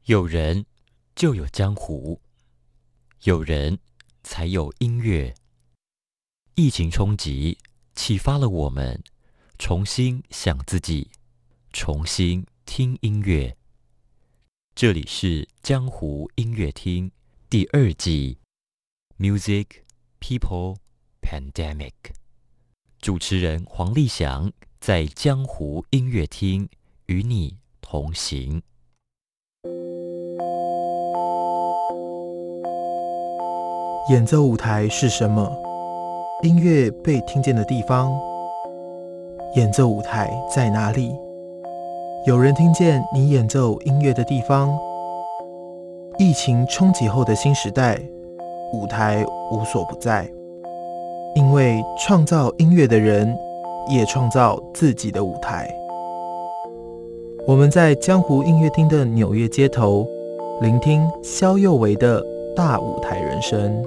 有人就有江湖，有人才有音乐。疫情冲击启发了我们重新想自己，重新听音乐。这里是江湖音乐厅第2季 Music People Pandemic， 主持人黄立翔在江湖音乐厅与你同行。 演奏舞台是什么？音乐被听见的地方。演奏舞台在哪里？有人听见你演奏音乐的地方。疫情冲击后的新时代，舞台无所不在，因为创造音乐的人也创造自己的舞台。我们在江湖音乐厅的纽约街头，聆听萧佑维的大舞台人生。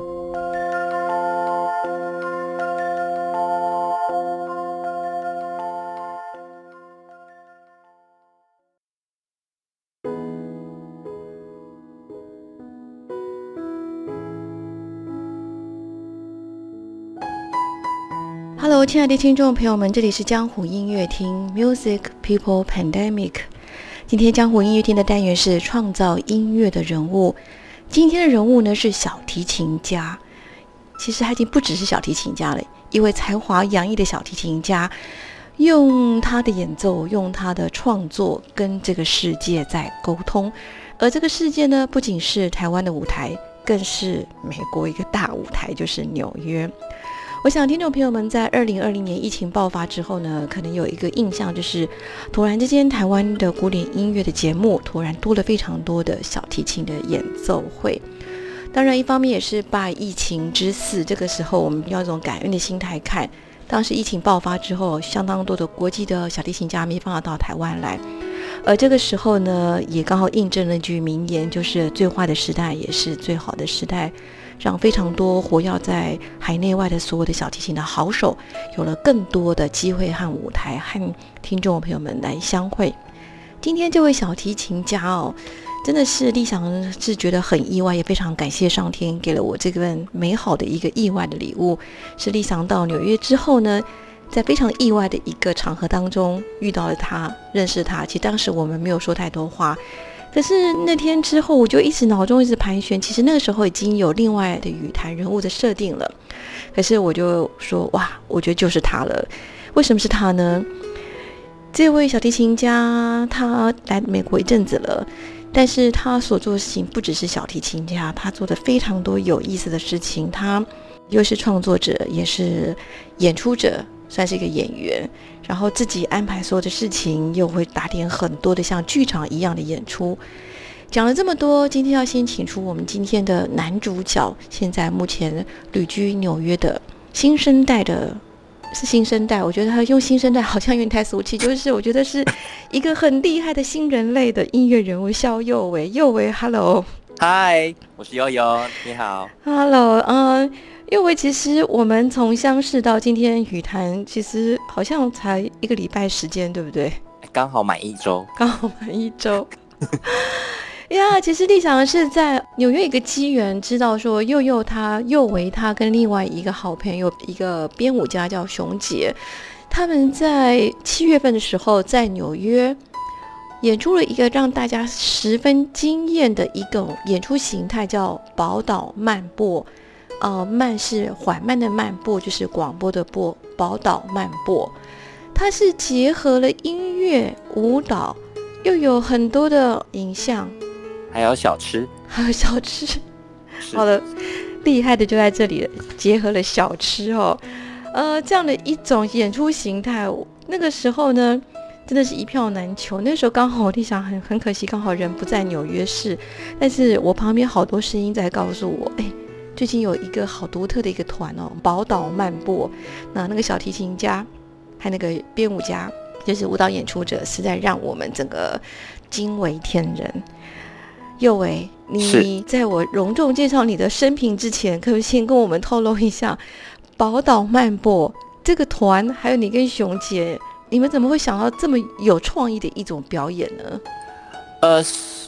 Hello， 亲爱的听众朋友们，这里是江湖音乐厅 Music People Pandemic。今天江湖音乐厅的单元是创造音乐的人物。今天的人物呢是小提琴家，其实他已经不只是小提琴家了，一位才华洋溢的小提琴家，用他的演奏，用他的创作跟这个世界在沟通。而这个世界呢，不仅是台湾的舞台，更是美国一个大舞台，就是纽约。我想听众朋友们在2020年疫情爆发之后呢，可能有一个印象，就是突然之间台湾的古典音乐的节目突然多了非常多的小提琴的演奏会。当然一方面也是拜疫情之赐，这个时候我们要一种感恩的心态看，当时疫情爆发之后，相当多的国际的小提琴家没办法到台湾来，而这个时候呢，也刚好印证了一句名言，就是最坏的时代也是最好的时代，让非常多活跃在海内外的所有的小提琴的好手有了更多的机会和舞台和听众朋友们来相会。今天这位小提琴家真的是立翔是觉得很意外，也非常感谢上天给了我这份美好的一个意外的礼物。是立翔到纽约之后呢，在非常意外的一个场合当中遇到了他，认识他。其实当时我们没有说太多话，可是那天之后我就一直脑中一直盘旋，其实那个时候已经有另外的语坛人物的设定了，可是我就说哇，我觉得就是他了。为什么是他呢？这位小提琴家他来美国一阵子了，但是他所做的事情不只是小提琴家，他做的非常多有意思的事情。他又是创作者，也是演出者，算是一个演员，然后自己安排所有的事情，又会打点很多的像剧场一样的演出。讲了这么多，今天要先请出我们今天的男主角，现在目前旅居纽约的新生代的，是新生代，我觉得他用新生代好像有点太俗气，就是我觉得是一个很厉害的新人类的音乐人物萧佑维。佑维 ，Hello， 嗨，我是悠悠，你好。 Hello，佑维，其实我们从相识到今天语坛，其实好像才1个礼拜时间，对不对？ 刚好满1周， 刚好满1周。呀，其实立翔是在纽约一个机缘知道说佑维他跟另外一个好朋友，一个编舞家叫熊姐，他们在7月份的时候在纽约演出了一个让大家十分惊艳的一个演出形态，叫宝岛慢播。慢是缓慢的慢，播就是广播的播，宝岛慢播。它是结合了音乐、舞蹈，又有很多的影像， 还有小吃。 好了，厉害的就在这里了，结合了小吃这样的一种演出形态，那个时候呢，真的是一票难求。那时候刚好立翔很可惜，刚好人不在纽约市，但是我旁边好多声音在告诉我，最近有一个好独特的一个团宝岛慢播，那个小提琴家和那个编舞家，就是舞蹈演出者，实在让我们整个惊为天人。佑维，你在我隆重介绍你的生平之前，可不可以先跟我们透露一下宝岛慢播这个团，还有你跟熊姐，你们怎么会想到这么有创意的一种表演呢？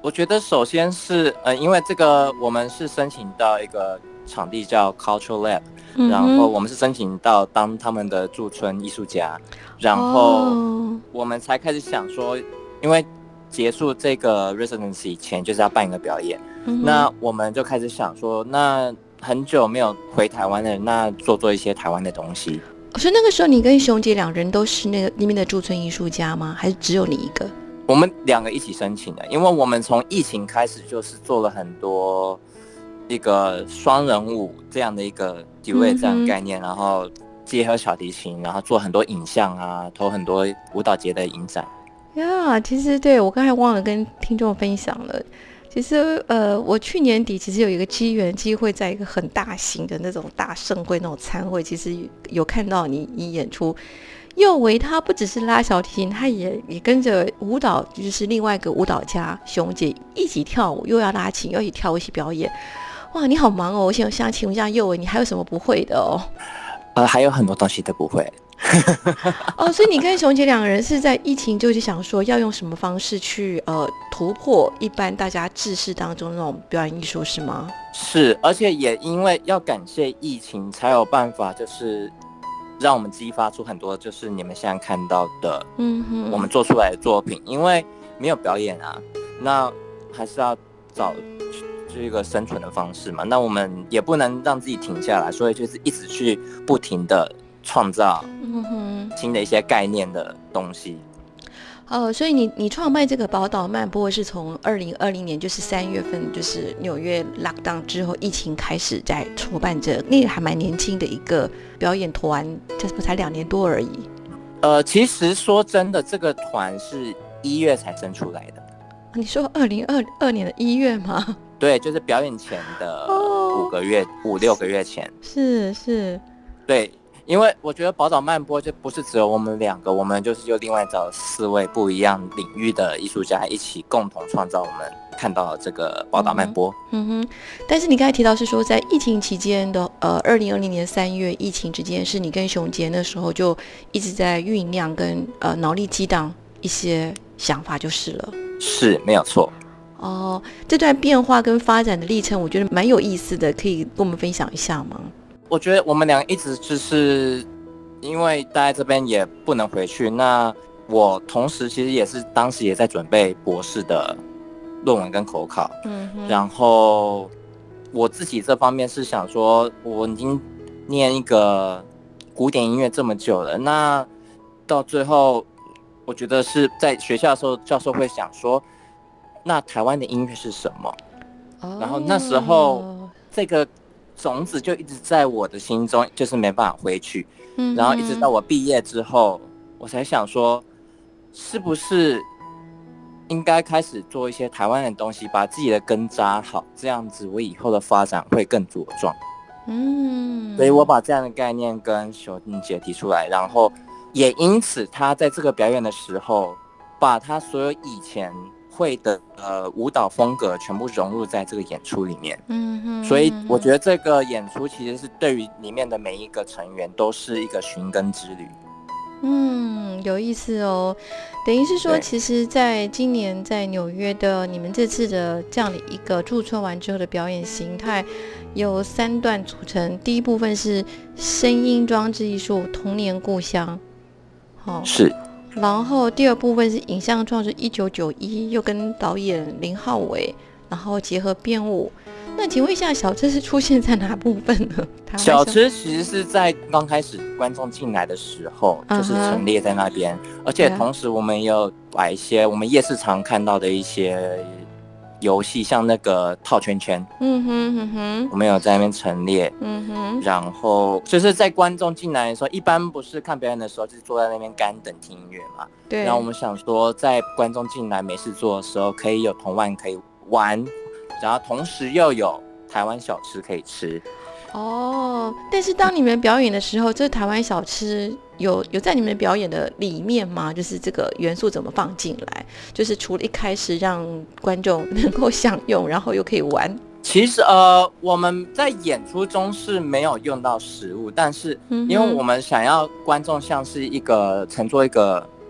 我觉得首先是因为这个我们是申请到一个场地叫 Cultural Lab，然后我们是申请到当他们的驻村艺术家，然后我们才开始想说，因为结束这个 residency 前就是要办一个表演，那我们就开始想说，那很久没有回台湾的人，那做一些台湾的东西。 所以那个时候你跟熊姐两人都是那个里面的驻村艺术家吗？还是只有你一个？ 我们2个一起申请的，因为我们从疫情开始就是做了很多一个双人舞这样的一个 duet 这样的概念，然后结合小提琴，然后做很多影像啊，投很多舞蹈节的影展。 呀，其实对我刚才忘了跟听众分享了。其实我去年底其实有一个机会，在一个很大型的那种大盛会那种餐会，其实有看到你演出。佑维他不只是拉小提琴，他也跟着舞蹈，就是另外一个舞蹈家熊姐一起跳舞，又要拉琴，又一起跳舞，一起表演。哇，你好忙哦！我想请问一下佑维，你还有什么不会的哦？ 还有很多东西都不会。 哦，所以你跟熊姐两个人是在疫情就是想说要用什么方式去突破一般大家制式当中那种表演艺术是吗？ 是，而且也因为要感谢疫情，才有办法就是让我们激发出很多就是你们现在看到的，我们做出来的作品。因为没有表演啊，那还是要找这个生存的方式嘛。那我们也不能让自己停下来，所以就是一直去不停的创造新的一些概念的东西。 所以你创办这个宝岛漫播是从2020年就是3月份，就是纽约 lockdown 之后疫情开始在筹办着，那个还蛮年轻的一个表演团，这不才2年多而已。 其实说真的，这个团是1月才生出来的。 你说2022年的1月吗？ 对，就是表演前的5个6个月前。 是， 对。因为我觉得宝岛漫播就不是只有我们2个，我们就是又另外找4位不一样领域的艺术家一起共同创造我们看到的这个宝岛漫播。 但是你刚才提到是说在疫情期间的2020年3月疫情之间，是你跟熊杰那时候就一直在酝酿跟脑力激荡一些想法就是了。 是，没有错。 这段变化跟发展的历程我觉得蛮有意思的，可以跟我们分享一下吗？ 我觉得我们2个一直就是因为待在这边也不能回去，那我同时其实也是当时也在准备博士的论文跟口考，然后我自己这方面是想说，我已经念一个古典音乐这么久了，那到最后我觉得是在学校的时候教授会想说，那台湾的音乐是什么？然后那时候这个种子就一直在我的心中，就是没办法回去。然后一直到我毕业之后，我才想说，是不是应该开始做一些台湾的东西，把自己的根扎好，这样子我以后的发展会更茁壮。所以我把这样的概念跟熊姐提出来，然后也因此他在这个表演的时候，把他所有以前会的舞蹈风格全部融入在这个演出里面。所以我觉得这个演出其实是对于里面的每一个成员都是一个寻根之旅。 有意思哦。等于是说其实在今年在纽约的你们这次的这样的一个驻村完之后的表演形态有3段组成。第一部分是声音装置艺术童年故乡， 是。 然后第2部分是影像创作1991，又跟导演林浩伟然后结合编舞。那请问一下，小吃是出现在哪部分呢？ 小吃其实是在刚开始观众进来的时候就是陈列在那边，而且同时我们也有把一些我们夜市常看到的一些游戏，像那个套圈圈，我们有在那边陈列，然后就是在观众进来的时候，一般不是看表演的时候就是坐在那边干等听音乐嘛，对。然后我们想说，在观众进来没事做的时候，可以有童玩可以玩，然后同时又有台湾小吃可以吃。 但是当你们表演的时候，这台湾小吃有在你们表演的里面吗？就是这个元素怎么放进来？就是除了一开始让观众能够享用，然后又可以玩。 其实我们在演出中是没有用到食物，但是因为我们想要观众像是一个乘坐一个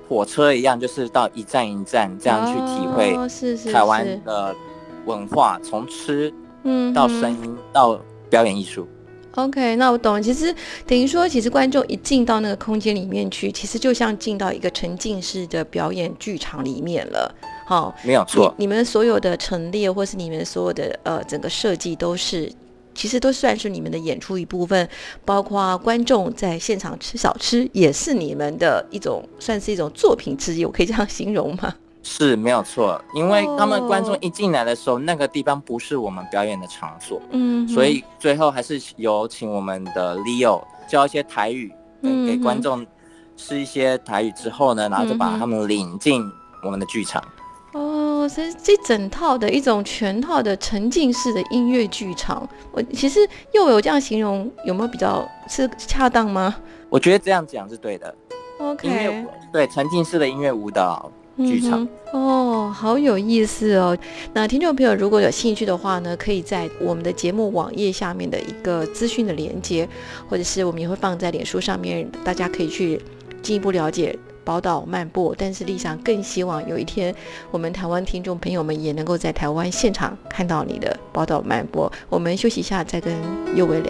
火车一样，就是到一站一站这样去体会台湾的文化，从吃到声音到表演艺术。 OK， 那我懂了。其实等于说，其实观众一进到那个空间里面去，其实就像进到一个沉浸式的表演剧场里面了。好， 没有错。 你们所有的陈列，或是你们所有的整个设计，其实都算是你们的演出一部分。包括观众在现场吃小吃，也是你们的算是一种作品之一。我可以这样形容吗？ 是没有错，因为他们观众一进来的时候，那个地方不是我们表演的场所，所以最后还是有请我们的 Leo 教一些台语，给观众吃一些台语之后呢，然后就把他们领进我们的剧场。 所以这整套的一种全套的沉浸式的音乐剧场，我其实又有这样形容，有没有比较是恰当吗？ 我觉得这样讲是对的。 OK， 对，沉浸式的音乐舞蹈剧场。 好有意思哦。那听众朋友如果有兴趣的话呢，可以在我们的节目网页下面的一个资讯的连结，或者是我们也会放在脸书上面，大家可以去进一步了解宝岛漫播。但是立翔更希望有一天我们台湾听众朋友们也能够在台湾现场看到你的宝岛漫播。我们休息一下再跟佑维聊。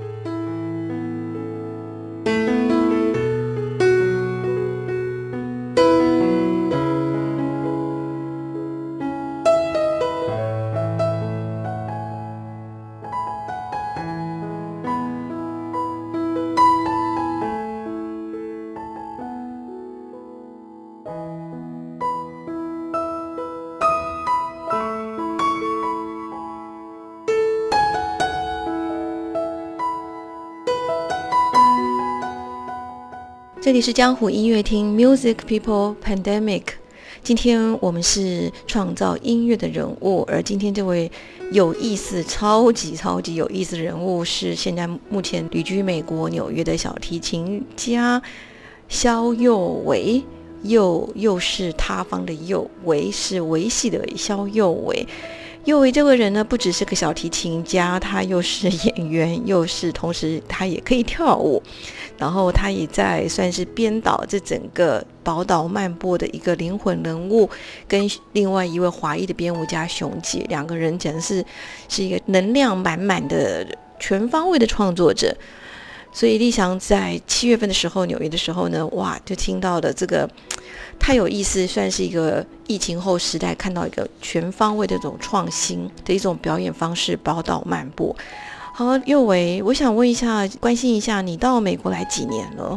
这里是江湖音乐厅 Music People Pandemic， 今天我们是创造音乐的人物，而今天这位有意思超级有意思的人物是现在目前旅居美国纽约的小提琴家萧佑维，又是他方的佑，维是维系的维，萧佑维。佑维这位人呢，不只是个小提琴家，他又是演员，同时他也可以跳舞，然后他也在算是编导这整个宝岛漫播的一个灵魂人物，跟另外一位华裔的编舞家熊姐，两个人简直是一个能量满满的全方位的创作者。所以立翔在7月份的时候，纽约的时候呢，哇，就听到了这个太有意思，算是一个疫情后时代看到一个全方位的这种创新的一种表演方式，宝岛漫播。好，佑维，我想问一下，关心一下，你到美国来几年了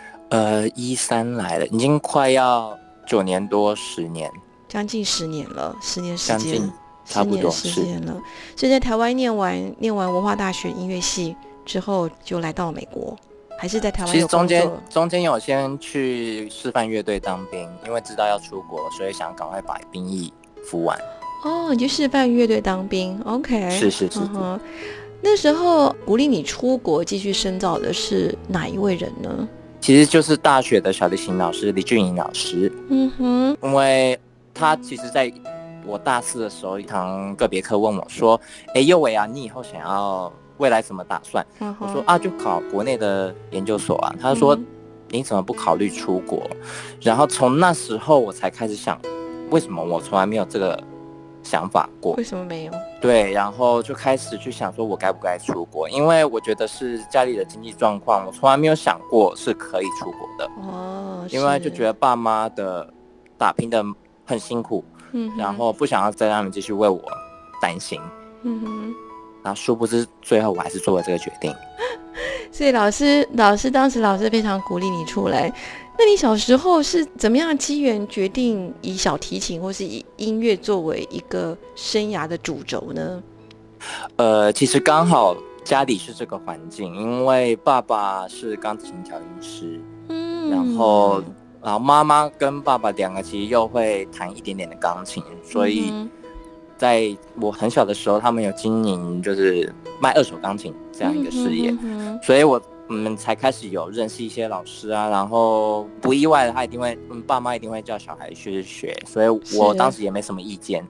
？13来了，已经快要9年多10年， 将近10年了，10年时间， 差不多 10年时间了。所以在台湾念完文化大学音乐系之后，就来到美国，还是在台湾有工作？ 其实中间有先去示范乐队当兵，因为知道要出国，所以想赶快把兵役服完。 你去示范乐队当兵 ，OK？ 是。 那时候鼓励你出国继续深造的是哪一位人呢？ 其实就是大学的小提琴老师李俊颖老师。因为他其实在我大4的时候，一堂个别课问我说：“佑维啊，你以后想要未来怎么打算？”我说：“就考国内的研究所啊。”他说：“你怎么不考虑出国？”然后从那时候我才开始想，为什么我从来没有这个想法过？ 为什么没有？ 对，然后就开始去想说我该不该出国，因为我觉得是家里的经济状况，我从来没有想过是可以出国的。因为就觉得爸妈的打拼的很辛苦，然后不想要再让他们继续为我担心。然后殊不知最后我还是做了这个决定。 所以当时老师非常鼓励你出来。那你小时候是怎么样的机缘决定以小提琴或是以音乐作为一个生涯的主轴呢？ 其实刚好家里是这个环境，因为爸爸是钢琴调音师，然后妈妈跟爸爸两个其实又会弹一点点的钢琴，所以在我很小的时候，他们有经营就是卖2手钢琴这样一个事业，所以我们才开始有认识一些老师啊，然后不意外的，爸妈一定会叫小孩去学，所以我当时也没什么意见，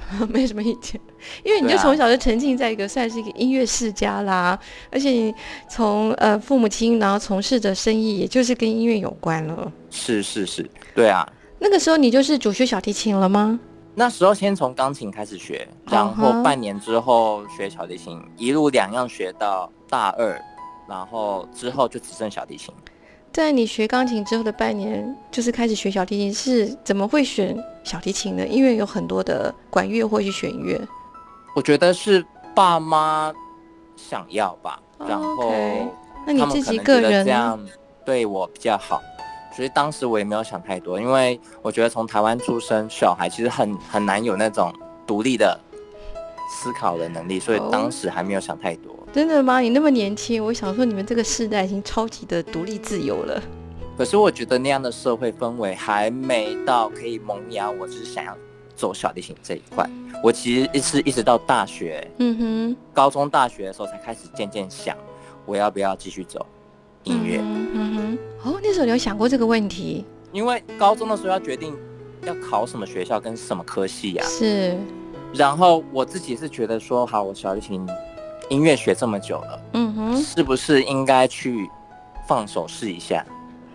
没什么意见，因为你就从小就沉浸在一个算是一个音乐世家啦，而且你从父母亲然后从事的生意，也就是跟音乐有关了。 是，对啊。 那个时候你就是主修小提琴了吗？ 那时候先从钢琴开始学，然后半年之后学小提琴，一路2样学到大2，然后之后就只剩小提琴。 在你学钢琴之后的半年，就是开始学小提琴，是怎么会选小提琴呢？因为有很多的管乐或是弦乐。 我觉得是爸妈想要吧，然后那你自己个人这样对我比较好，所以当时我也没有想太多，因为我觉得从台湾出生，小孩其实很难有那种独立的思考的能力，所以当时还没有想太多。 真的吗？你那么年轻，我想说你们这个世代已经超级的独立自由了。 可是我觉得那样的社会氛围还没到可以萌芽我只是想要走小提琴这一块。我其实是一直到大学，高中大学的时候才开始渐渐想我要不要继续走音乐。 那时候你有想过这个问题？ 因为高中的时候要决定要考什么学校跟什么科系啊。 是。 然后我自己是觉得说，好，我小提琴音乐学这么久了，是不是应该去放手试一下？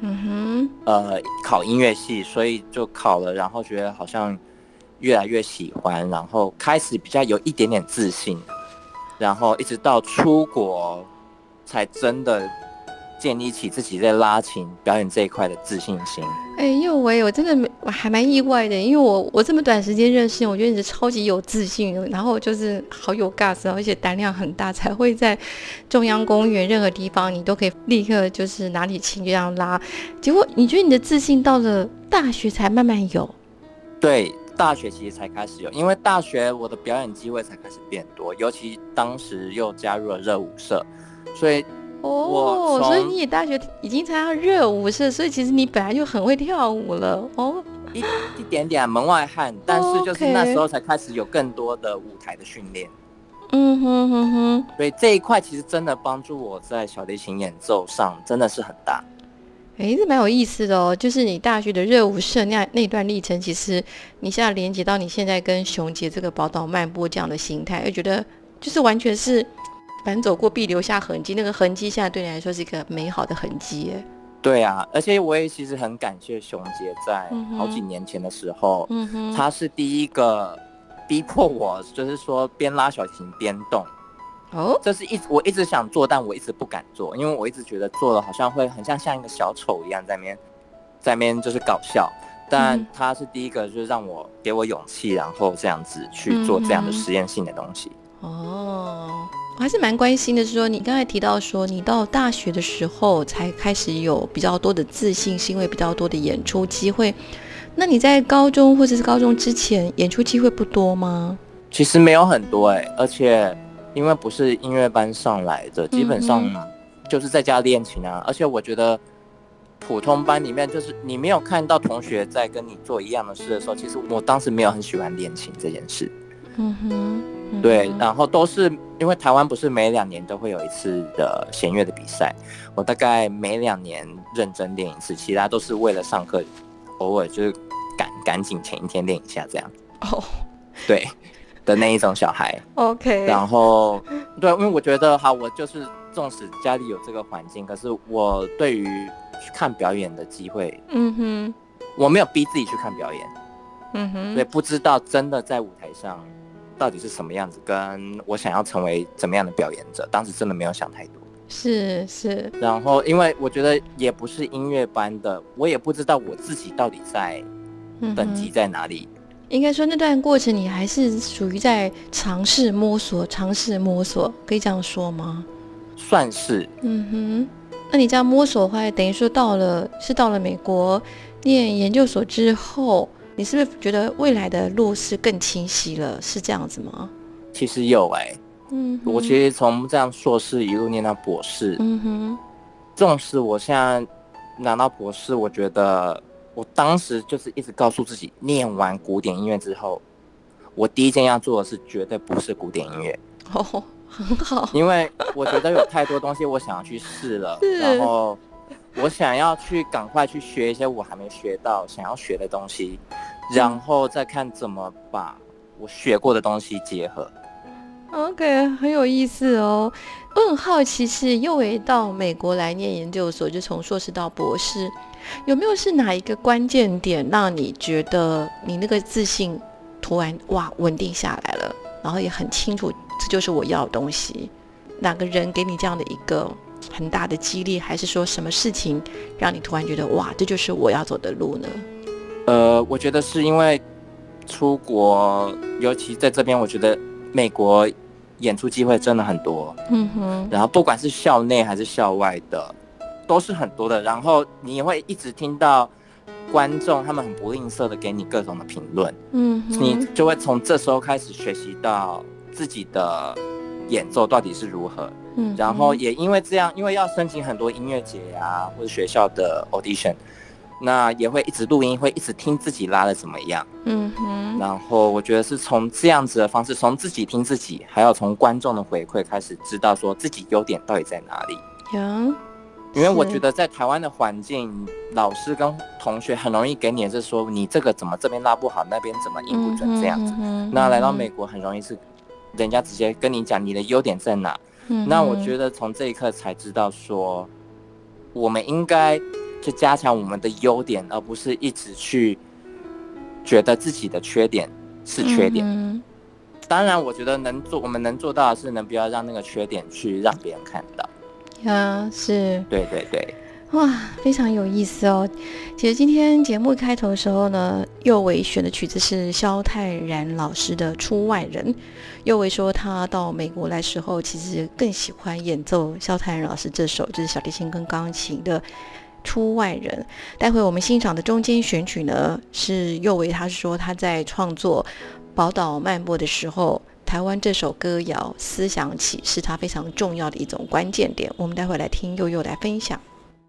考音乐系，所以就考了，然后觉得好像越来越喜欢，然后开始比较有一点点自信，然后一直到出国才真的建立起自己在拉琴表演这一块的自信心。 我真的我还蛮意外的，因为我这么短时间认识，我觉得你是超级有自信，然后就是好有 gas， 而且胆量很大，才会在中央公园任何地方你都可以立刻就是拿起琴就这样拉。结果你觉得你的自信到了大学才慢慢有？ 对，大学其实才开始有，因为大学我的表演机会才开始变多，尤其当时又加入了热舞社，所以所以你也大学已经参加热舞社，所以其实你本来就很会跳舞了一点点门外汉，但是就是那时候才开始有更多的舞台的训练。所以这一块其实真的帮助我在小提琴演奏上真的是很大。 这蛮有意思的就是你大学的热舞社那段历程，其实你现在连接到你现在跟熊姐这个宝岛漫步这样的心态，我觉得就是完全是反走过必留下痕迹，那个痕迹现在对你来说是一个美好的痕迹耶。 对啊，而且我也其实很感谢熊姐，在好几年前的时候，她是第一个逼迫我，就是说边拉小提琴边动。这是我一直想做，但我一直不敢做，因为我一直觉得做了好像会很像一个小丑一样在那边就是搞笑。但她是第一个就是给我勇气，然后这样子去做这样的实验性的东西。 我还是蛮关心的是说，你刚才提到说你到大学的时候才开始有比较多的自信，是因为比较多的演出机会。那你在高中或者是高中之前演出机会不多吗？ 其实没有很多而且因为不是音乐班上来的，基本上就是在家练琴啊。而且我觉得普通班里面，就是你没有看到同学在跟你做一样的事的时候，其实我当时没有很喜欢练琴这件事。对，然后都是因为台湾不是每2年都会有一次的弦乐的比赛，我大概每2年认真练一次，其他都是为了上课，偶尔就是赶紧前一天练一下这样。对的那一种小孩。 OK。 然后对，因为我觉得好，我就是纵使家里有这个环境，可是我对于去看表演的机会，我没有逼自己去看表演，所以不知道真的在舞台上到底是什么样子，跟我想要成为怎么样的表演者，当时真的没有想太多。 是。 然后因为我觉得也不是音乐班的，我也不知道我自己到底在等级在哪里。 应该说那段过程你还是属于在尝试摸索，可以这样说吗？ 算是。 那你这样摸索的话，等于说到了美国念研究所之后，你是不是觉得未来的路是更清晰了？是这样子吗？ 其实有我其实从这样硕士一路念到博士，纵使我现在拿到博士，我觉得我当时就是一直告诉自己，念完古典音乐之后，我第一件要做的是绝对不是古典音乐。 很好。 因为我觉得有太多东西我想要去试了，然后我想要去赶快去学一些我还没学到想要学的东西，然后再看怎么把我学过的东西结合。 OK， 很有意思哦。我很好奇，是佑维到美国来念研究所，就从硕士到博士，有没有是哪一个关键点让你觉得你那个自信突然稳定下来了，然后也很清楚这就是我要的东西？哪个人给你这样的一个很大的激励，还是说什么事情让你突然觉得这就是我要走的路呢？ 我觉得是因为出国，尤其在这边，我觉得美国演出机会真的很多，然后不管是校内还是校外的，都是很多的。然后你也会一直听到观众他们很不吝啬的给你各种的评论，你就会从这时候开始学习到自己的演奏到底是如何。然后也因为这样，因为要申请很多音乐节啊，或者学校的 audition。那也会一直录音，会一直听自己拉的怎么样。然后我觉得是从这样子的方式，从自己听自己，还有从观众的回馈开始知道说自己优点到底在哪里。因为我觉得在台湾的环境，老师跟同学很容易给你的是说你这个怎么这边拉不好，那边怎么音不准这样子。那来到美国很容易是人家直接跟你讲你的优点在哪。那我觉得从这一刻才知道说，我们应该去加强我们的优点，而不是一直去觉得自己的缺点是缺点。当然我觉得我们能做到的是能不要让那个缺点去让别人看到。 是， 对对对。 非常有意思哦。其实今天节目开头的时候呢，佑维选的曲子是萧泰然老师的《出外人》。佑维说他到美国来时候，其实更喜欢演奏萧泰然老师这首就是小提琴跟钢琴的出外人。待会我们欣赏的中间选曲呢，是佑维他说他在创作宝岛漫步的时候，台湾这首歌谣思想起是他非常重要的一种关键点。我们待会来听佑佑来分享。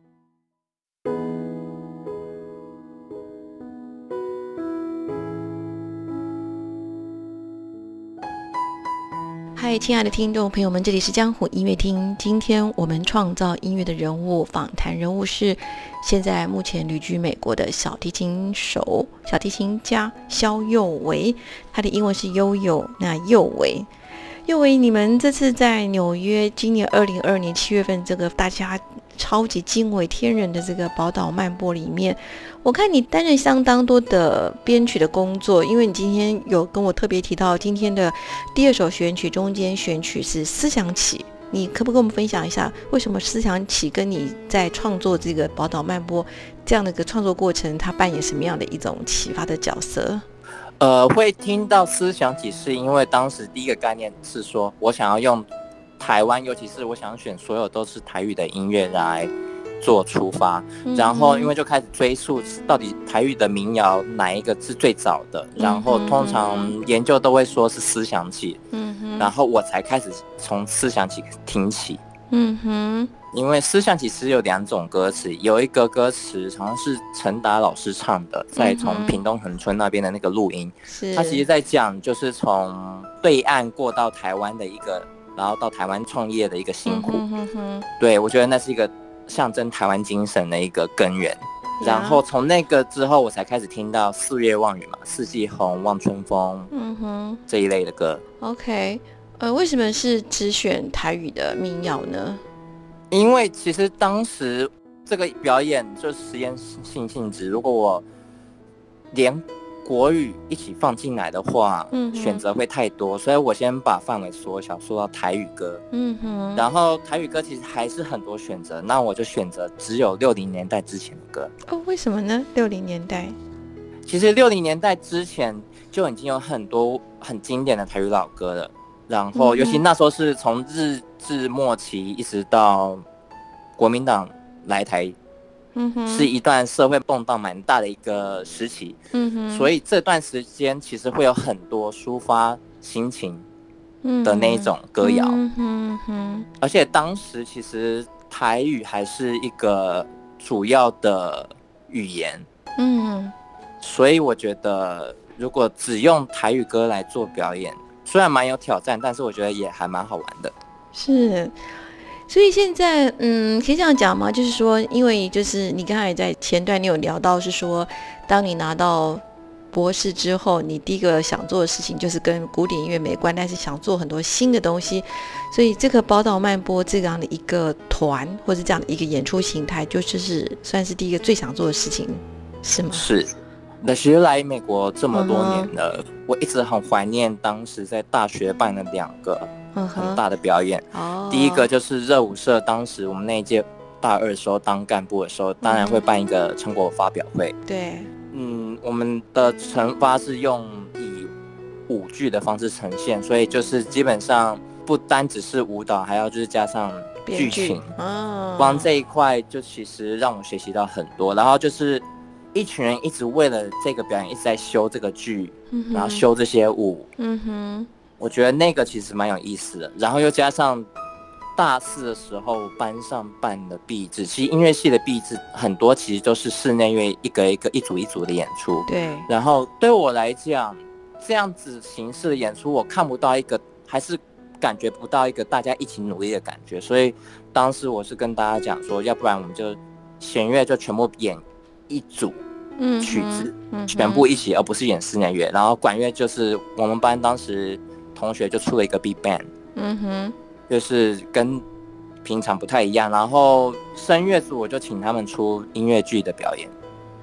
嗨，亲爱的听众朋友们，这里是江湖音乐厅。今天我们创造音乐的人物访谈人物是现在目前旅居美国的小提琴家萧佑维，他的英文是悠悠。那佑维，你们这次在纽约，今年2022年7月份，这个大家超级惊为天人的这个宝岛漫步里面，我看你担任相当多的编曲的工作，因为你今天有跟我特别提到今天的第二首选曲中间选曲是思想起，你可不可以跟我们分享一下为什么思想起跟你在创作这个宝岛漫步这样的一个创作过程，它扮演什么样的一种启发的角色？ 会听到思想起是因为当时第一个概念是说我想要用台湾，尤其是我想选所有都是台语的音乐来做出发，然后因为就开始追溯到底台语的民谣哪一个是最早的，然后通常研究都会说是思想起，然后我才开始从思想起听起。因为思想起是有2种歌词，有一个歌词好像是陈达老师唱的，在从屏东恒春那边的那个录音，他其实在讲就是从对岸过到台湾的一个，然后到台湾创业的一个辛苦。对，我觉得那是一个象征台湾精神的一个根源。然后从那个之后，我才开始听到四月望雨嘛，四季红、望春风，这一类的歌。 OK， 为什么是只选台语的民谣呢？ 因为其实当时这个表演就实验性质，如果我连国语一起放进来的话，选择会太多，所以我先把范围缩小，说到台语歌。然后台语歌其实还是很多选择，那我就选择只有60年代之前的歌。 为什么呢？60年代， 其实60年代之前就已经有很多很经典的台语老歌了。然后尤其那时候是从日治末期一直到国民党来台，是一段社会动荡蛮大的一个时期，所以这段时间其实会有很多抒发心情的那一种歌谣，而且当时其实台语还是一个主要的语言，所以我觉得如果只用台语歌来做表演，虽然蛮有挑战，但是我觉得也还蛮好玩的。 是，所以现在可以这样讲吗？就是说，因为就是你刚才在前段你有聊到是说，当你拿到博士之后，你第一个想做的事情就是跟古典音乐没关，但是想做很多新的东西，所以这个宝岛漫波这样的一个团或者这样的一个演出形态，就是算是第一个最想做的事情，是吗？ 是。那其实来美国这么多年了，我一直很怀念当时在大学办的2个很大的表演。第一个就是热舞社，当时我们那一届大2的时候当干部的时候，当然会办一个成果发表会。 对， 我们的惩罚是用以舞剧的方式呈现，所以就是基本上不单只是舞蹈，还要就是加上剧情。光这一块就其实让我学习到很多，然后就是一群人一直为了这个表演一直在修这个剧，然后修这些舞。我觉得那个其实蛮有意思的。然后又加上大4的时候班上办的毕制，其实音乐系的毕制很多其实都是室内乐一组一组的演出。 对。 然后对我来讲，这样子形式的演出，我看不到一个，还是感觉不到一个大家一起努力的感觉。所以当时我是跟大家讲说，要不然我们就弦乐就全部演一组曲子，全部一起，而不是演室内乐。然后管乐就是我们班当时同学就出了一个 Big Band，就是跟平常不太一样。然后声乐组我就请他们出音乐剧的表演。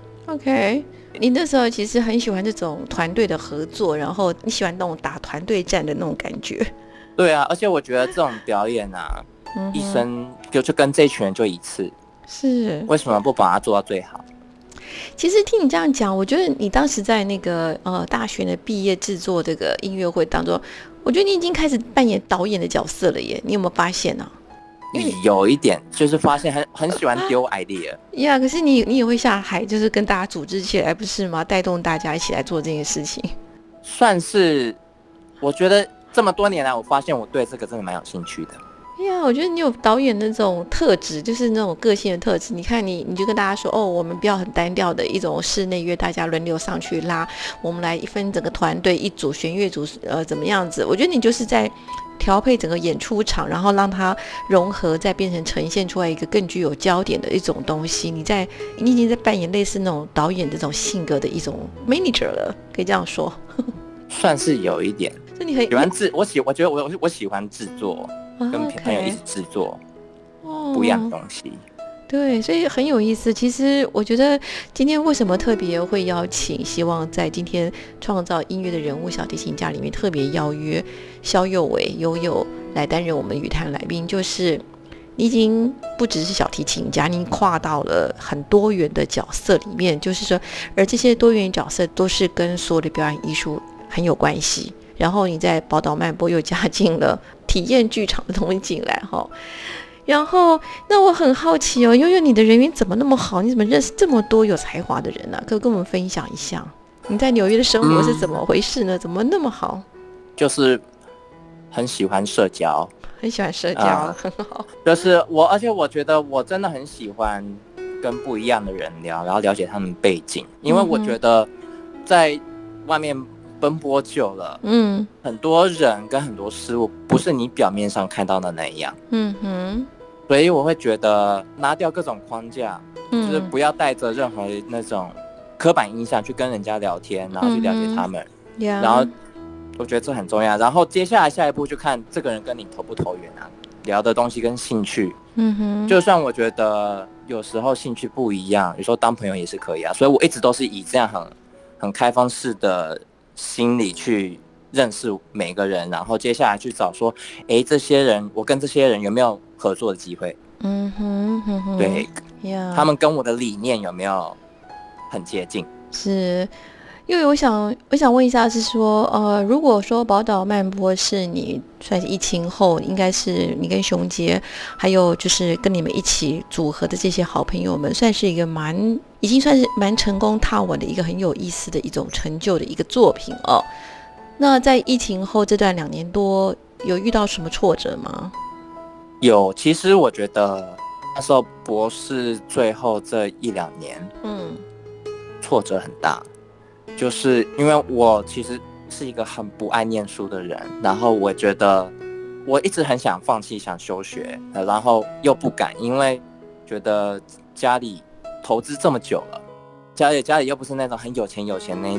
OK， 你那时候其实很喜欢这种团队的合作，然后你喜欢那种打团队战的那种感觉。 对啊，而且我觉得这种表演啊，一生就跟这群人就一次， 是为什么不把它做到最好？ 其实听你这样讲，我觉得你当时在那个大学的毕业制作这个音乐会当中，我觉得你已经开始扮演导演的角色了耶，你有没有发现呢？ 有一点，就是发现很喜欢丢 idea。 可是你也会下海，就是跟大家组织起来，不是吗？带动大家一起来做这件事情。 算是，我觉得这么多年来，我发现我对这个真的蛮有兴趣的。 我觉得你有导演那种特质，就是那种个性的特质。你看你就跟大家说，我们不要很单调的一种室内乐，大家轮流上去拉，我们来分整个团队一组弦乐组怎么样子？我觉得你就是在调配整个演出场，然后让它融合，再变成呈现出来一个更具有焦点的一种东西。你已经在扮演类似那种导演这种性格的一种 manager 了，可以这样说。 算是有一点。 所以你很喜欢我觉得我喜欢制作。跟朋友一起制作不一样的东西。 对，所以很有意思。其实我觉得今天为什么特别会邀请，希望在今天创造音乐的人物小提琴家里面特别邀约萧佑伟悠悠来担任我们语坛来宾，就是你已经不只是小提琴家，你跨到了很多元的角色里面，就是说，而这些多元角色都是跟所有的表演艺术很有关系。然后你在宝岛漫波又加进了体验剧场的东西进来哈，然后那我很好奇悠悠你的人缘怎么那么好？你怎么认识这么多有才华的人呢？可以跟我们分享一下你在纽约的生活是怎么回事呢？怎么那么好？ 就是很喜欢社交， 很好。 就是而且我觉得我真的很喜欢跟不一样的人聊，然后了解他们背景，因为我觉得在外面奔波久了，很多人跟很多事物不是你表面上看到的那样，所以我会觉得拿掉各种框架，就是不要带着任何那种刻板印象去跟人家聊天，然后去了解他们，然后我觉得这很重要。然后接下来下一步就看这个人跟你投不投缘啊，聊的东西跟兴趣，就算我觉得有时候兴趣不一样，有时候当朋友也是可以啊。所以我一直都是以这样很开放式的心理去认识每个人，然后接下来去找说，这些人我跟这些人有没有合作的机会？对，他们跟我的理念有没有很接近？ 是。因为我想问一下，是说，如果说宝岛漫波是你算是疫情后，应该是你跟熊杰，还有就是跟你们一起组合的这些好朋友们，算是一个已经算是蛮成功踏稳的一个很有意思的一种成就的一个作品哦。那在疫情后这段2年多，有遇到什么挫折吗？ 有，其实我觉得那时候博士最后这1-2年，挫折很大。就是因为我其实是一个很不爱念书的人，然后我觉得我一直很想放弃，想休学，然后又不敢，因为觉得家里投资这么久了，家里又不是那种很有钱那一种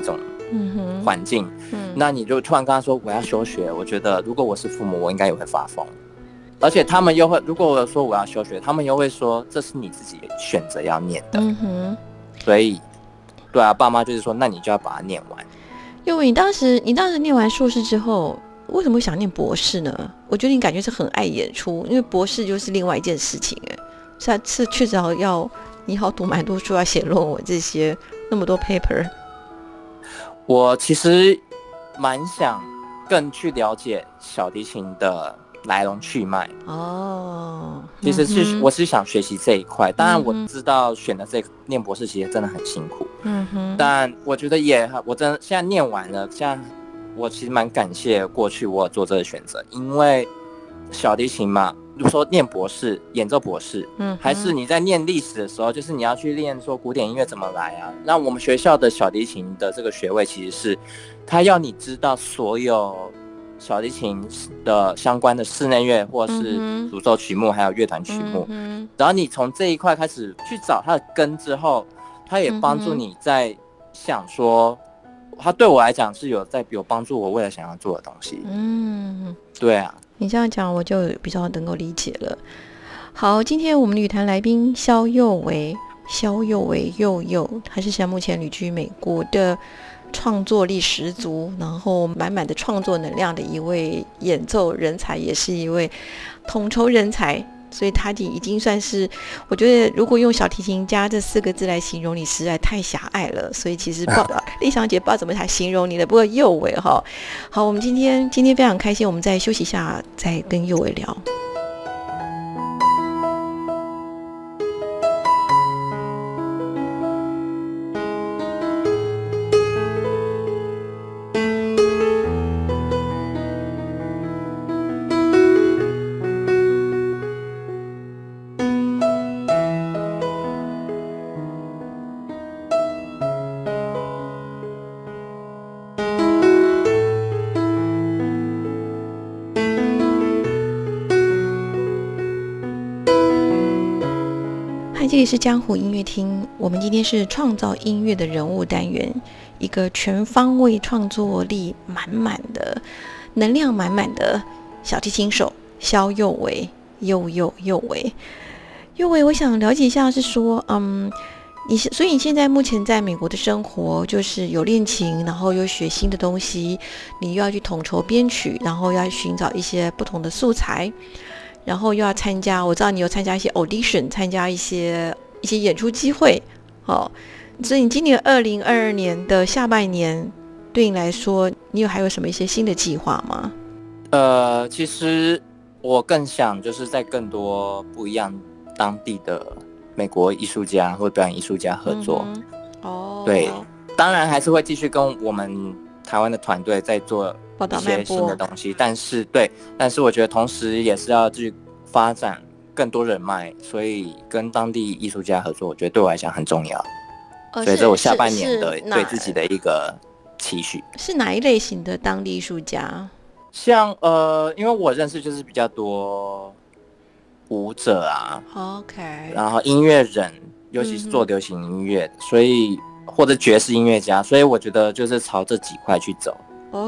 环境，那你就突然跟他说我要休学，我觉得如果我是父母，我应该也会发疯。而且他们又会，如果我说我要休学，他们又会说这是你自己选择要念的。所以，对啊，爸妈就是说，那你就要把它念完。 因为你当时念完硕士之后，为什么会想念博士呢？我觉得你感觉是很爱演出，因为博士就是另外一件事情是确实你好读蛮多书，要写论文这些那么多 paper。 我其实蛮想更去了解小提琴的来龙去脉其实我是想学习这一块，当然我知道选的这个念博士其实真的很辛苦，但我觉得我真的现在念完了，现在我其实蛮感谢过去我有做这个选择，因为小提琴嘛，如果说念博士演奏博士，还是你在念历史的时候，就是你要去练说古典音乐怎么来啊。那我们学校的小提琴的这个学位其实是他要你知道所有小提琴的相关的室内乐或是独奏曲目还有乐团曲目，然后你从这一块开始去找它的根之后，它也帮助你在想说，它对我来讲是有帮助我未来想要做的东西。对啊， 你这样讲我就比较能够理解了。好，今天我们旅团来宾萧佑维佑佑，他是现在目前旅居美国的创作力十足，然后满满的创作能量的一位演奏人才，也是一位统筹人才，所以他已经算是，我觉得如果用小提琴家这4个字来形容你，实在太狭隘了。所以其实丽香姐不知道怎么才形容你的，不过佑维好，我们今天非常开心，我们再休息一下，再跟佑维聊。这里是江湖音乐厅，我们今天是创造音乐的人物单元，一个全方位创作力满满的能量满满的小提琴手萧佑维佑维，我想了解一下是说所以你现在目前在美国的生活就是有练琴，然后又学新的东西，你又要去统筹编曲，然后要寻找一些不同的素材，然后又要参加，我知道你有参加一些 audition， 参加一些演出机会，所以你今年2022年的下半年，对你来说，你还有什么一些新的计划吗？ 其实我更想就是在更多不一样当地的美国艺术家或表演艺术家合作。对，当然还是会继续跟我们台湾的团队在做一些新的东西，但是我觉得同时也是要去发展更多人脉，所以跟当地艺术家合作，我觉得对我来讲很重要。所以这是我下半年的对自己的一个期许。 是哪一类型的当地艺术家？ 像因为我认识就是比较多舞者啊 ，OK， 然后音乐人，尤其是做流行音乐的，所以或者爵士音乐家，所以我觉得就是朝这几块去走。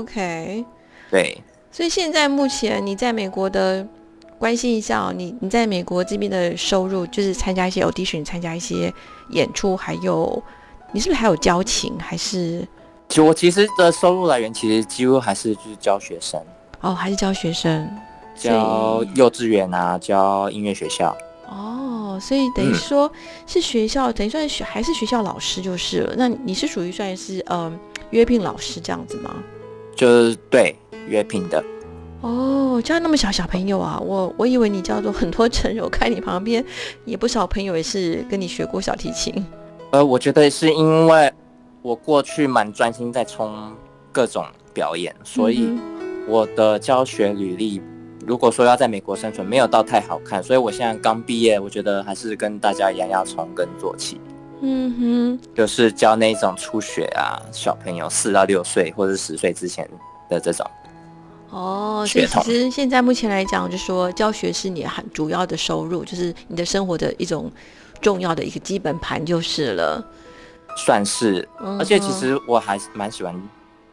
OK， 对。 所以现在目前你在美国的，关心一下你在美国这边的收入，就是参加一些 audition， 参加一些演出，还有你是不是还有教琴？还是我其实的收入来源其实几乎还是就是教学生。 还是教学生， 教幼稚园啊，教音乐学校。 所以等于说是学校，等于算是还是学校老师就是了。那你是属于算是约聘老师这样子吗？ 就是对，约聘的。 教那么小朋友啊，我以为你叫做很多成人，我看你旁边也不少朋友也是跟你学过小提琴。 我觉得是因为我过去蛮专心在冲各种表演，所以我的教学履历如果说要在美国生存，没有到太好看，所以我现在刚毕业，我觉得还是跟大家一样要从根做起。就是教那种初学啊小朋友4到6岁或者10岁之前的这种。 所以其实现在目前来讲，就是说教学是你很主要的收入，就是你的生活的一种重要的一个基本盘就是了。 算是，而且其实我还蛮喜欢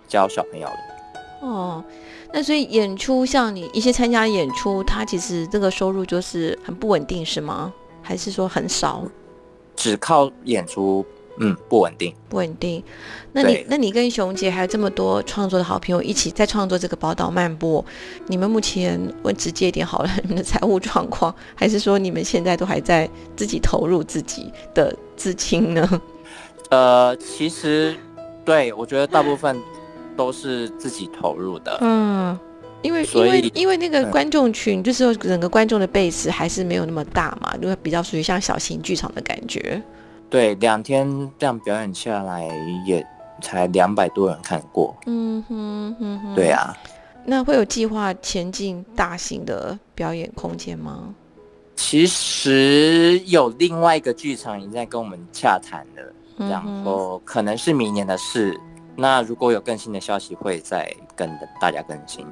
教小朋友了。 哦，那所以演出像你一些参加演出，它其实这个收入就是很不稳定是吗？还是说很少？ 只靠演出，不稳定。 不稳定。那你跟熊姐还有这么多创作的好朋友一起在创作这个宝岛漫播，你们目前问直接一点好了，你们的财务状况，还是说你们现在都还在自己投入自己的资金呢？ 其实对我觉得大部分都是自己投入的。 因为那个观众群，就是说整个观众的 base 还是没有那么大嘛，因为比较属于像小型剧场的感觉。 对，2天这样表演下来也才200多人看过。对啊。 那会有计划前进大型的表演空间吗？ 其实有另外一个剧场已经在跟我们洽谈了，然后可能是明年的事。那如果有更新的消息，会再跟大家更新。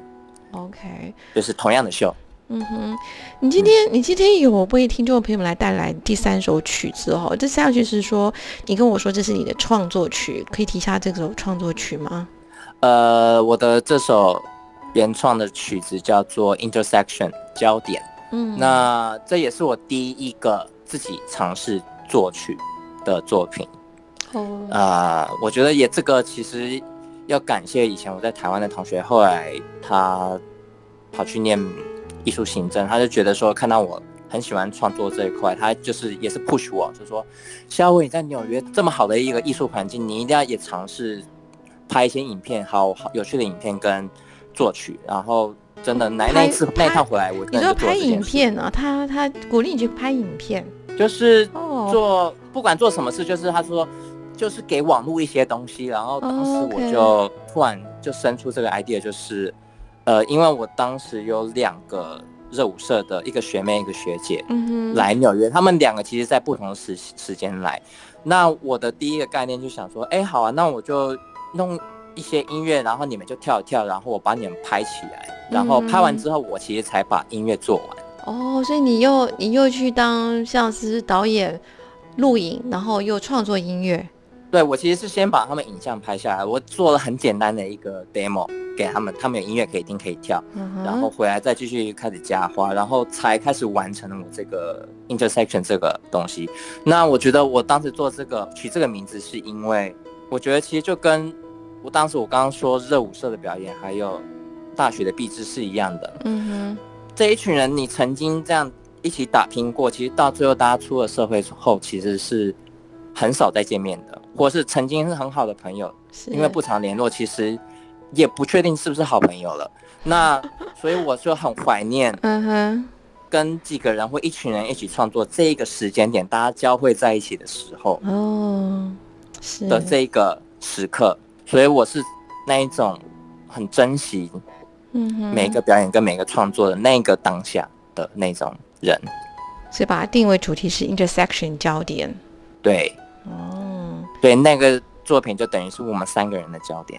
OK， 就是同样的秀。 你今天有为听众朋友们来带来第3首曲子哦。这3首曲是说，你跟我说这是你的创作曲，可以提一下这首创作曲吗？ 我的这首原创的曲子叫做 Intersection 焦点。那这也是我第一个自己尝试作曲的作品。我觉得也这个其实要感谢以前我在台湾的同学，后来他跑去念艺术行政，他就觉得说看到我很喜欢创作这一块，他就是也是 push 我，就说肖伟你在纽约这么好的一个艺术环境，你一定要也尝试拍一些影片，好有趣的影片跟作曲。然后真的那一趟回来，我真的就做了这件事。 你说拍影片啊？他鼓励你去拍影片， 就是不管做什么事，就是他说就是给网络一些东西。然后当时我就突然就生出这个 idea，就是因为我当时有2个热舞社的，一个学妹一个学姐来纽约，他们2个其实在不同的时间来。那我的第一个概念就想说，好啊，那我就弄一些音乐，然后你们就跳一跳，然后我把你们拍起来，然后拍完之后我其实才把音乐做完。 所以你又去当像是导演、录影，然后又创作音乐。 对，我其实是先把他们影像拍下来，我做了很简单的一个 demo 给他们，他们有音乐可以听可以跳，然后回来再继续开始加花，然后才开始完成了我这个 intersection 这个东西。那我觉得我当时做这个取这个名字，是因为我觉得其实就跟我刚刚说热舞社的表演，还有大学的毕制是一样的。这一群人你曾经这样一起打拼过，其实到最后大家出了社会后，其实是很少再见面的，或是曾经是很好的朋友，因为不常联络，其实也不确定是不是好朋友了。那所以我就很怀念跟几个人或一群人一起创作这一个时间点，大家交汇在一起的时候的这一个时刻。所以我是那一种很珍惜每个表演跟每个创作的那个当下的那种人， 所以把它定为主题是 intersection 焦点。 对，对，那个作品就等于是我们3个人的焦点。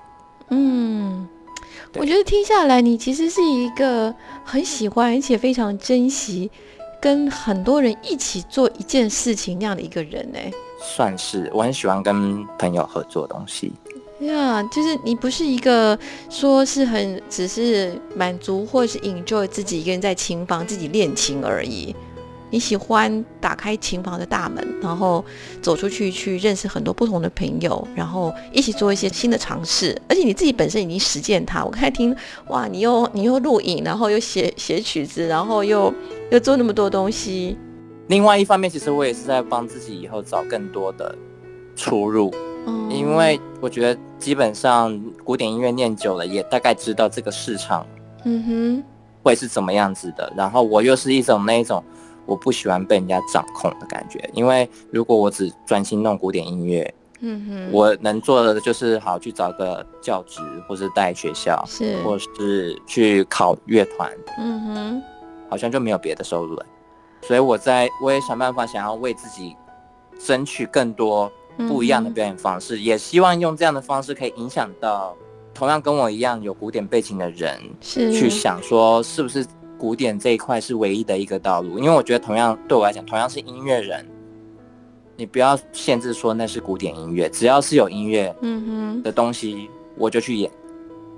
我觉得听下来，你其实是一个很喜欢而且非常珍惜跟很多人一起做一件事情那样的一个人算是，我很喜欢跟朋友合作的东西。 就是你不是一个说是只是满足或是 enjoy 自己一个人在琴房自己练琴而已，你喜欢打开琴房的大门，然后走出去认识很多不同的朋友，然后一起做一些新的尝试，而且你自己本身已经实践它。我刚才听，哇，你又录影，然后又写曲子，然后又做那么多东西。 另外一方面，其实我也是在帮自己以后找更多的出路。因为我觉得基本上古典音乐念久了，也大概知道这个市场会是怎么样子的。然后我又是那一种我不喜欢被人家掌控的感觉，因为如果我只专心弄古典音乐，我能做的就是好去找个教职，或是带学校，或是去考乐团，好像就没有别的收入了。所以我也想办法想要为自己争取更多不一样的表演方式，也希望用这样的方式可以影响到同样跟我一样有古典背景的人，去想说是不是古典这一块是唯一的一个道路。因为我觉得对我来讲，同样是音乐人，你不要限制说那是古典音乐，只要是有音乐的东西我就去演，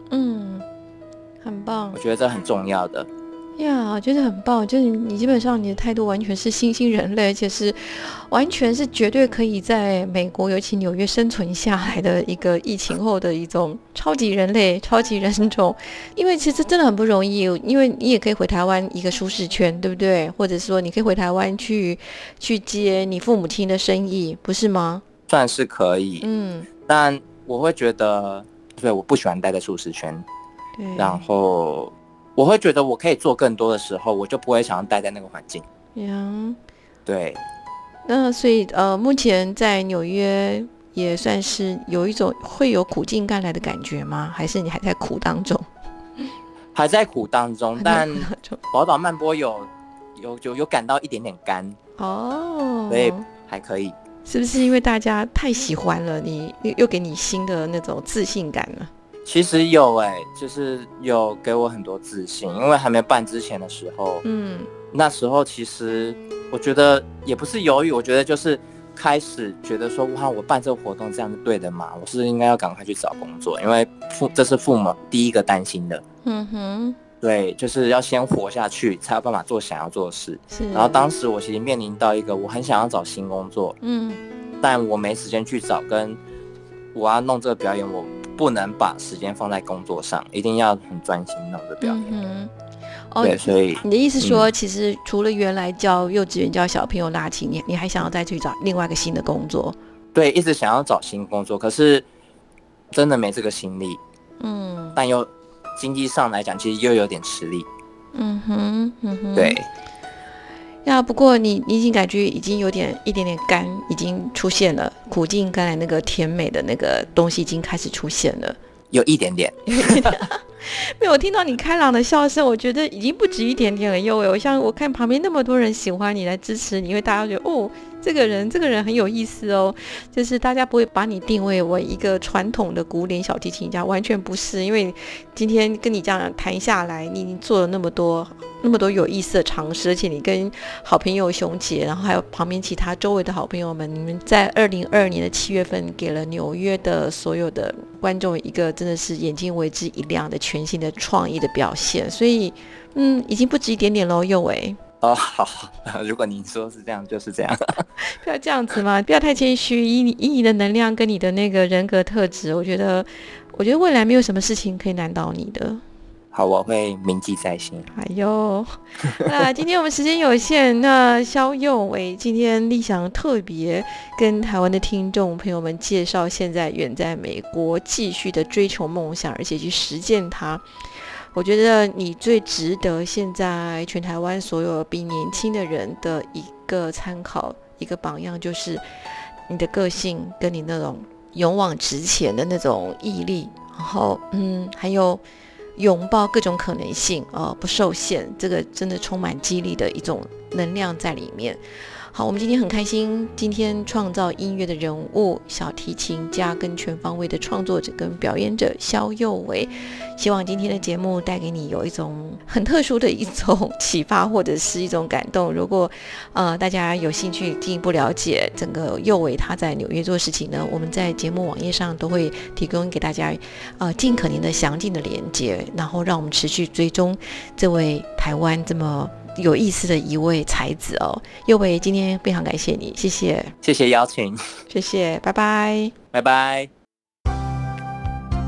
很棒， 我觉得这很重要的。 呀，我觉得很棒，就是你基本上你的态度完全是新兴人类，而且是完全是绝对可以在美国，尤其纽约生存下来的一个疫情后的一种超级人类、超级人种。因为其实真的很不容易，因为你也可以回台湾一个舒适圈，对不对？或者说你可以回台湾去接你父母亲的生意，不是吗？ 算是可以，但我会觉得，对，我不喜欢待在舒适圈， 对， 然后我会觉得我可以做更多的时候，我就不会想要待在那个环境。对。 那所以目前在纽约也算是有一种会有苦尽甘来的感觉吗？还是你还在苦当中？ 还在苦当中，但宝岛漫波有感到一点点干哦，所以还可以。 是不是因为大家太喜欢了你，又给你新的那种自信感了？ 其实有就是有给我很多自信，因为还没办之前的时候，那时候其实我觉得也不是犹豫，我觉得就是开始觉得说，哇，我办这个活动这样是对的嘛？我是应该要赶快去找工作，因为这是父母第一个担心的。对，就是要先活下去，才有办法做想要做的事。然后当时我其实面临到一个，我很想要找新工作，但我没时间去找，跟我要弄这个表演，我不能把时间放在工作上，一定要很专心弄这个表演。对，所以你的意思说，其实除了原来教幼稚园教小朋友拉琴，你还想要再去找另外一个新的工作？ 对，一直想要找新工作，可是真的没这个心力。但又经济上来讲，其实又有点吃力。对。 不过你已经感觉已经有一点点干，已经出现了苦尽甘来那个甜美的那个东西已经开始出现了， 有一点点。 没有听到你开朗的笑声，我觉得已经不止一点点了。我看旁边那么多人喜欢你来支持你，因为大家觉得这个人很有意思哦，就是大家不会把你定位为一个传统的古典小提琴家，完全不是。因为今天跟你这样谈下来，你已经做了那么多有意思的尝试，而且你跟好朋友熊姐，然后还有旁边其他周围的好朋友们，你们在2022年的7月份给了纽约的所有的观众一个真的是眼睛为之一亮的全新的创意的表现，所以已经不止一点点咯，佑伟。 好，如果您说是这样，就是这样。 不要这样子嘛，不要太谦虚。以你的能量跟你的那个人格特质，我觉得未来没有什么事情可以难倒你的。 好，我会铭记在心。 那今天我们时间有限，那萧佑伟今天立想特别跟台湾的听众朋友们介绍，现在远在美国继续的追求梦想，而且去实践它。我觉得你最值得现在全台湾所有比年轻的人的一个参考，一个榜样，就是你的个性跟你那种勇往直前的那种毅力，然后还有拥抱各种可能性，不受限，这个真的充满激励的一种能量在里面。好，我们今天很开心，今天创造音乐的人物，小提琴家跟全方位的创作者跟表演者萧佑伟，希望今天的节目带给你有一种很特殊的一种启发或者是一种感动。如果大家有兴趣进一步了解整个佑伟他在纽约做事情呢，我们在节目网页上都会提供给大家尽可能的详尽的连接，然后让我们持续追踪这位台湾这么有意思的一位才子哦。佑伟今天非常感谢你，谢谢邀请， 谢谢，拜拜， 拜拜。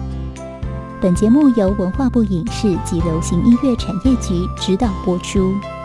本节目由文化部影视及流行音乐产业局指导播出。